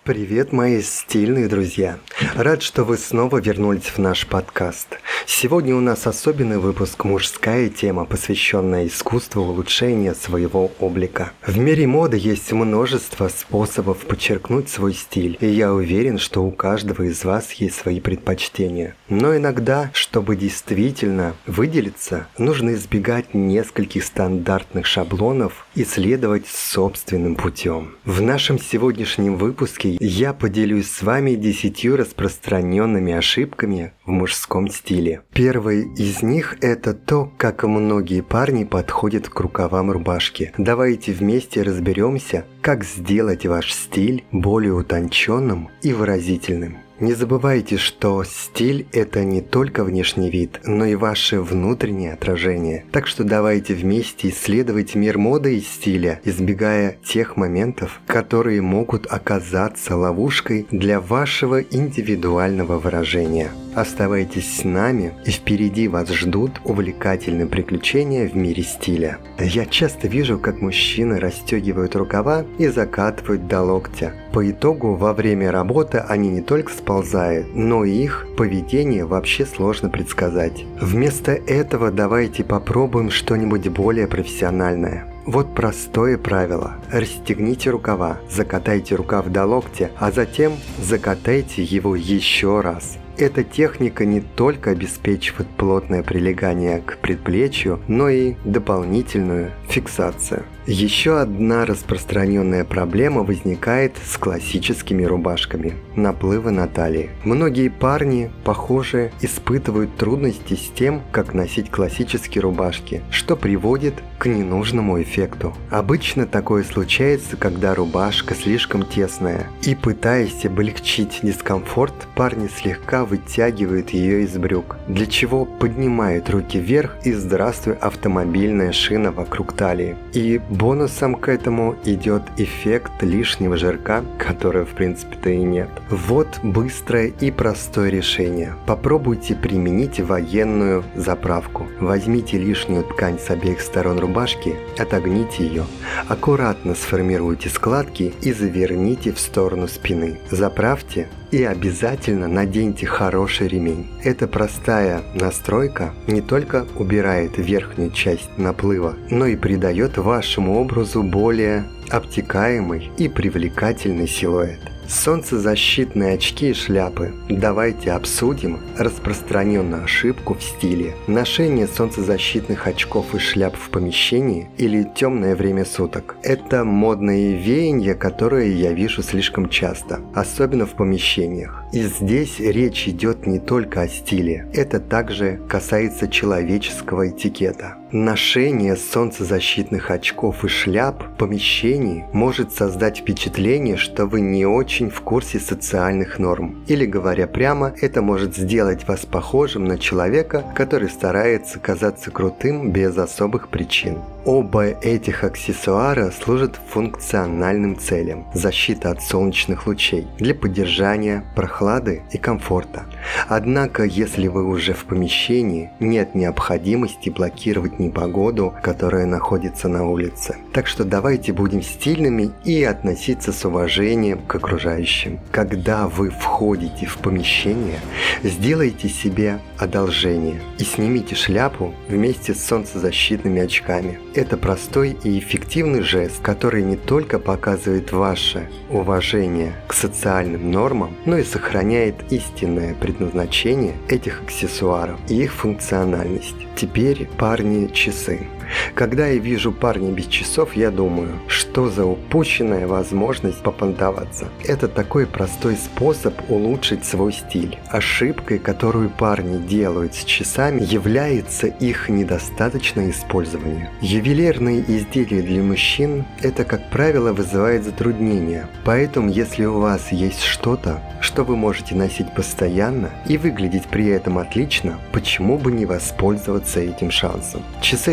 Привет, мои стильные друзья! Рад, что вы снова вернулись в наш подкаст. Сегодня у нас особенный выпуск «Мужская тема», посвященная искусству улучшения своего облика. В мире моды есть множество способов подчеркнуть свой стиль, и я уверен, что у каждого из вас есть свои предпочтения. Но иногда, чтобы действительно выделиться, нужно избегать нескольких стандартных шаблонов и следовать собственным путем. В нашем сегодняшнем выпуске я поделюсь с вами 10 распространенными ошибками в мужском стиле. Первый из них – это то, как многие парни подходят к рукавам рубашки. Давайте вместе разберемся, как сделать ваш стиль более утонченным и выразительным. Не забывайте, что стиль – это не только внешний вид, но и ваше внутреннее отражение. Так что давайте вместе исследовать мир моды и стиля, избегая тех моментов, которые могут оказаться ловушкой для вашего индивидуального выражения. Оставайтесь с нами, и впереди вас ждут увлекательные приключения в мире стиля. Я часто вижу, как мужчины расстегивают рукава и закатывают до локтя. По итогу, во время работы они не только сползают, но и их поведение вообще сложно предсказать. Вместо этого давайте попробуем что-нибудь более профессиональное. Вот простое правило. Расстегните рукава, закатайте рукав до локтя, а затем закатайте его еще раз. Эта техника не только обеспечивает плотное прилегание к предплечью, но и дополнительную фиксацию. Еще одна распространенная проблема возникает с классическими рубашками – наплывы на талии. Многие парни, похоже, испытывают трудности с тем, как носить классические рубашки, что приводит к ненужному эффекту. Обычно такое случается, когда рубашка слишком тесная, и, пытаясь облегчить дискомфорт, парни слегка вытягивают ее из брюк, для чего поднимают руки вверх и «здравствуй, автомобильная шина вокруг талии». И бонусом к этому идет эффект лишнего жирка, которого в принципе-то и нет. Вот быстрое и простое решение. Попробуйте применить военную заправку. Возьмите лишнюю ткань с обеих сторон рубашки, отогните ее, аккуратно сформируйте складки и заверните в сторону спины. Заправьте и обязательно наденьте хороший ремень. Эта простая настройка не только убирает верхнюю часть наплыва, но и придает вашему образу более обтекаемый и привлекательный силуэт. Солнцезащитные очки и шляпы. Давайте обсудим распространенную ошибку в стиле. Ношение солнцезащитных очков и шляп в помещении или темное время суток. Это модные веяния, которые я вижу слишком часто, особенно в помещениях. И здесь речь идет не только о стиле, это также касается человеческого этикета. Ношение солнцезащитных очков и шляп в помещении может создать впечатление, что вы не очень в курсе социальных норм. Или, говоря прямо, это может сделать вас похожим на человека, который старается казаться крутым без особых причин. Оба этих аксессуара служат функциональным целям – защита от солнечных лучей, для поддержания прохлады и комфорта. Однако, если вы уже в помещении, нет необходимости блокировать непогоду, которая находится на улице. Так что давайте будем стильными и относиться с уважением к окружающим. Когда вы входите в помещение, сделайте себе одолжение и снимите шляпу вместе с солнцезащитными очками. Это простой и эффективный жест, который не только показывает ваше уважение к социальным нормам, но и сохраняет истинное предназначение этих аксессуаров и их функциональность. Теперь, парни, часы. Когда я вижу парня без часов, я думаю, что за упущенная возможность попонтоваться. Это такой простой способ улучшить свой стиль. Ошибкой, которую парни делают с часами, является их недостаточное использование. Ювелирные изделия для мужчин – это, как правило, вызывает затруднения. Поэтому, если у вас есть что-то, что вы можете носить постоянно и выглядеть при этом отлично, почему бы не воспользоваться этим шансом? Часы – это не только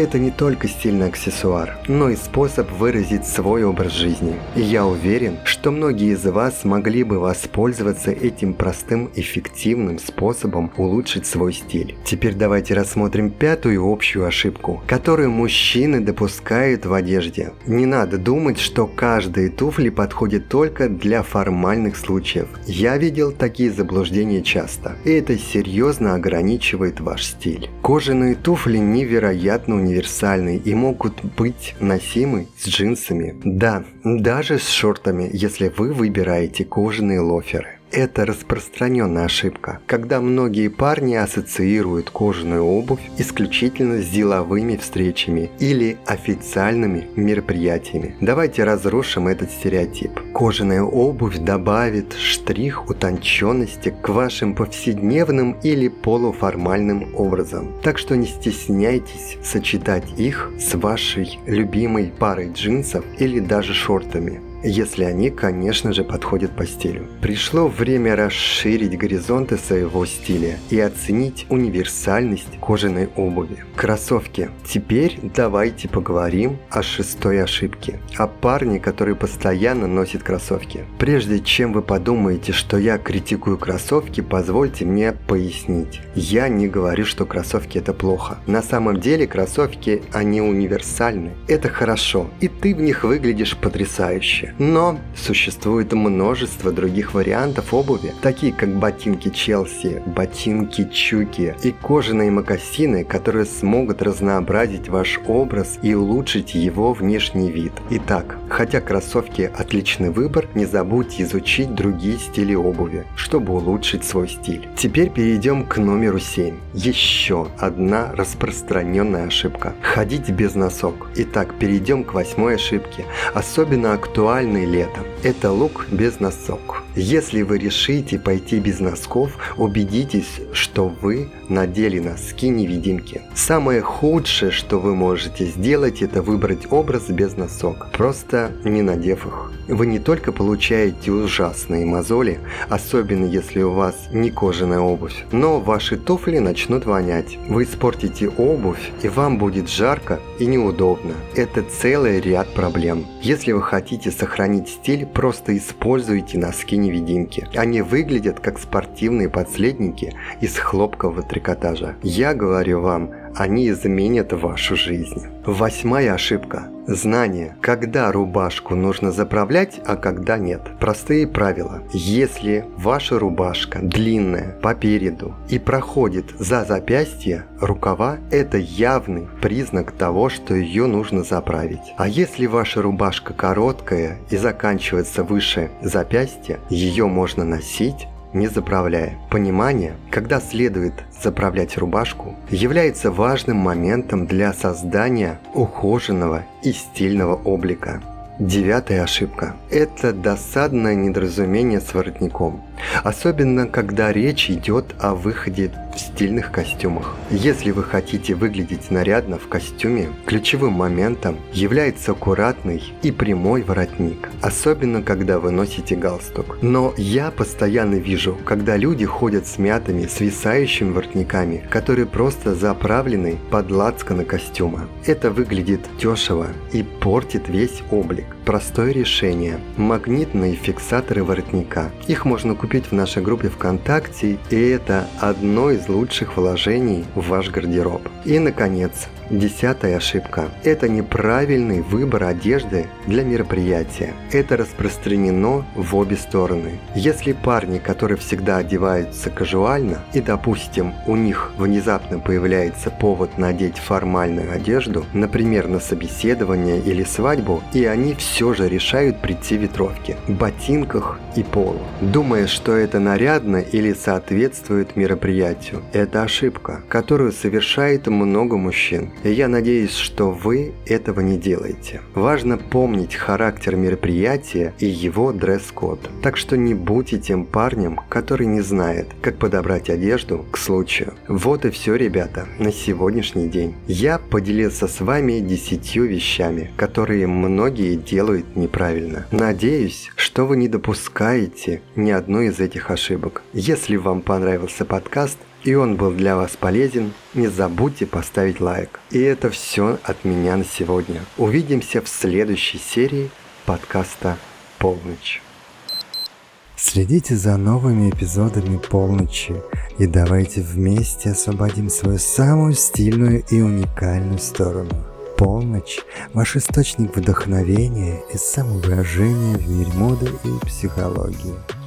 только стильный аксессуар, но и способ выразить свой образ жизни. И я уверен, что многие из вас могли бы воспользоваться этим простым, эффективным способом улучшить свой стиль. Теперь давайте рассмотрим пятую общую ошибку, которую мужчины допускают в одежде. Не надо думать, что каждые туфли подходят только для формальных случаев. Я видел такие заблуждения часто, и это серьезно ограничивает ваш стиль. Кожаные туфли невероятно универсальны и могут быть носимы с джинсами. Да, даже с шортами, если вы выбираете кожаные лоферы. Это распространенная ошибка, когда многие парни ассоциируют кожаную обувь исключительно с деловыми встречами или официальными мероприятиями. Давайте разрушим этот стереотип. Кожаная обувь добавит штрих утонченности к вашим повседневным или полуформальным образом. Так что не стесняйтесь сочетать их с вашей любимой парой джинсов или даже шортами, если они, конечно же, подходят по стилю. Пришло время расширить горизонты своего стиля и оценить универсальность кожаной обуви. Кроссовки. Теперь давайте поговорим о шестой ошибке. О парне, который постоянно носит кроссовки. Прежде чем вы подумаете, что я критикую кроссовки, позвольте мне пояснить. Я не говорю, что кроссовки это плохо. На самом деле кроссовки, они универсальны. Это хорошо, и ты в них выглядишь потрясающе. Но существует множество других вариантов обуви, такие как ботинки Челси, ботинки Чуки и кожаные мокасины, которые смогут разнообразить ваш образ и улучшить его внешний вид. Итак, хотя кроссовки отличный выбор, не забудьте изучить другие стили обуви, чтобы улучшить свой стиль. Теперь перейдем к номеру 7. Еще одна распространенная ошибка. Ходить без носок. Итак, перейдем к 8-й ошибке, особенно актуальной летом. Это лук без носок. Если вы решите пойти без носков, убедитесь, что вы надели носки-невидимки. Самое худшее, что вы можете сделать, это выбрать образ без носок, просто не надев их. Вы не только получаете ужасные мозоли, особенно если у вас не кожаная обувь, но ваши туфли начнут вонять. Вы испортите обувь, и вам будет жарко и неудобно. Это целый ряд проблем. Если вы хотите сохранить стиль, просто используйте носки-невидимки. Они выглядят как спортивные подследники из хлопкового трикотажа. Я говорю вам, они изменят вашу жизнь. 8-я ошибка. Знание, когда рубашку нужно заправлять, а когда нет. Простые правила. Если ваша рубашка длинная по переду и проходит за запястье, рукава – это явный признак того, что ее нужно заправить. А если ваша рубашка короткая и заканчивается выше запястья, ее можно носить, не заправляя. Понимание, когда следует заправлять рубашку, является важным моментом для создания ухоженного и стильного облика. 9-я ошибка – это досадное недоразумение с воротником, особенно когда речь идет о выходе в стильных костюмах. Если вы хотите выглядеть нарядно в костюме, ключевым моментом является аккуратный и прямой воротник, особенно когда вы носите галстук. Но я постоянно вижу, когда люди ходят с мятыми, свисающими воротниками, которые просто заправлены под лацканы костюма. Это выглядит дешево и портит весь облик. Простое решение – магнитные фиксаторы воротника. Их можно купить в нашей группе ВКонтакте, и это одно из лучших вложений в ваш гардероб. И, наконец, 10-я ошибка – это неправильный выбор одежды для мероприятия. Это распространено в обе стороны. Если парни, которые всегда одеваются казуально, и, допустим, у них внезапно появляется повод надеть формальную одежду, например, на собеседование или свадьбу, и они все же решают прийти в ветровке, ботинках и поло, думая, что это нарядно или соответствует мероприятию. Это ошибка, которую совершает много мужчин. И я надеюсь, что вы этого не делаете. Важно помнить характер мероприятия и его дресс-код. Так что не будьте тем парнем, который не знает, как подобрать одежду к случаю. Вот и все, ребята, на сегодняшний день. Я поделился с вами 10 вещами, которые многие делают неправильно. Надеюсь, что вы не допускаете ни одной из этих ошибок. Если вам понравился подкаст, и он был для вас полезен, не забудьте поставить лайк. И это все от меня на сегодня. Увидимся в следующей серии подкаста «Полночь». Следите за новыми эпизодами «Полночи» и давайте вместе освободим свою самую стильную и уникальную сторону. «Полночь» – ваш источник вдохновения и самовыражения в мире моды и психологии.